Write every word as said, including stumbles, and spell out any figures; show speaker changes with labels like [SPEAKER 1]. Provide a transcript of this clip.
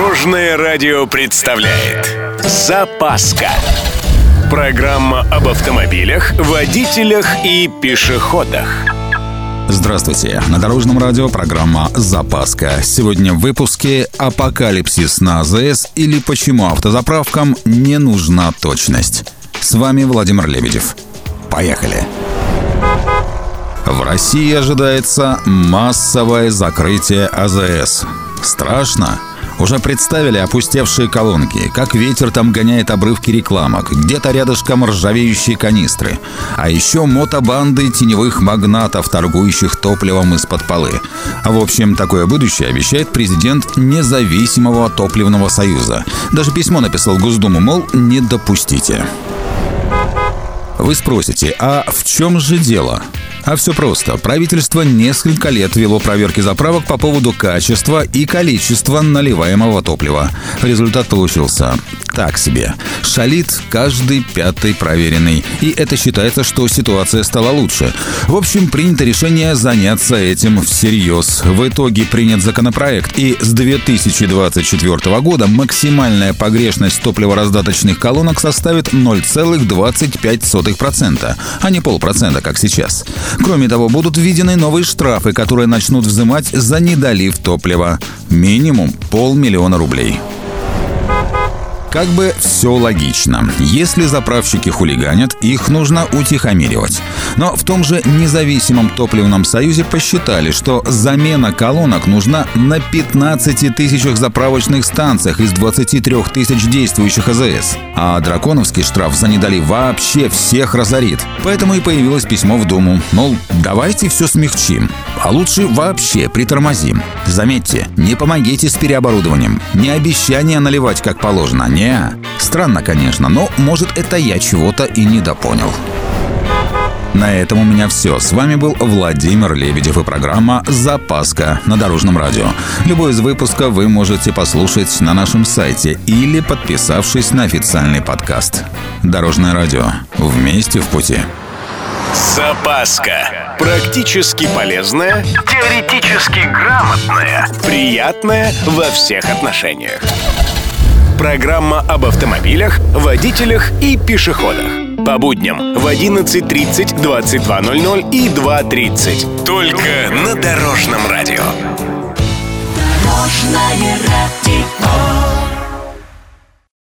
[SPEAKER 1] Дорожное радио представляет «Запаска». Программа об автомобилях, водителях и пешеходах.
[SPEAKER 2] Здравствуйте. На Дорожном радио программа «Запаска». Сегодня в выпуске «Апокалипсис на АЗС» или «Почему автозаправкам не нужна точность». С вами Владимир Лебедев. Поехали. В России ожидается массовое закрытие АЗС. Страшно? Уже представили опустевшие колонки, как ветер там гоняет обрывки рекламок, где-то рядышком ржавеющие канистры. А еще мотобанды теневых магнатов, торгующих топливом из-под полы. В общем, такое будущее обещает президент Независимого топливного союза. Даже письмо написал в Госдуму, мол, не допустите. Вы спросите, а в чем же дело? А все просто. Правительство несколько лет вело проверки заправок по поводу качества и количества наливаемого топлива. Результат получился так себе. Шалит каждый пятый проверенный. И это считается, что ситуация стала лучше. В общем, принято решение заняться этим всерьез. В итоге принят законопроект. И с две тысячи двадцать четвёртого года максимальная погрешность топливораздаточных колонок составит ноль целых двадцать пять сотых процента, а не полпроцента, как сейчас. Кроме того, будут введены новые штрафы, которые начнут взимать за недолив топлива. Минимум полмиллиона рублей. Как бы все логично. Если заправщики хулиганят, их нужно утихомиривать. Но в том же Независимом топливном союзе посчитали, что замена колонок нужна на пятнадцати тысячах заправочных станциях из двадцати трёх тысяч действующих АЗС. А драконовский штраф за недолив вообще всех разорит. Поэтому и появилось письмо в Думу. Мол, давайте все смягчим. А лучше вообще притормозим. Заметьте, не помогите с переоборудованием. Не обещание наливать как положено. Не. Странно, конечно, но, может, это я чего-то и недопонял. На этом у меня все. С вами был Владимир Лебедев и программа «Запаска» на Дорожном радио. Любой из выпусков вы можете послушать на нашем сайте или подписавшись на официальный подкаст. Дорожное радио. Вместе в пути.
[SPEAKER 1] Запаска. Практически полезная, теоретически грамотная, приятная во всех отношениях. Программа об автомобилях, водителях и пешеходах. По будням в одиннадцать тридцать, двадцать два ноль ноль и два тридцать. Только на Дорожном радио.
[SPEAKER 3] Дорожное радио.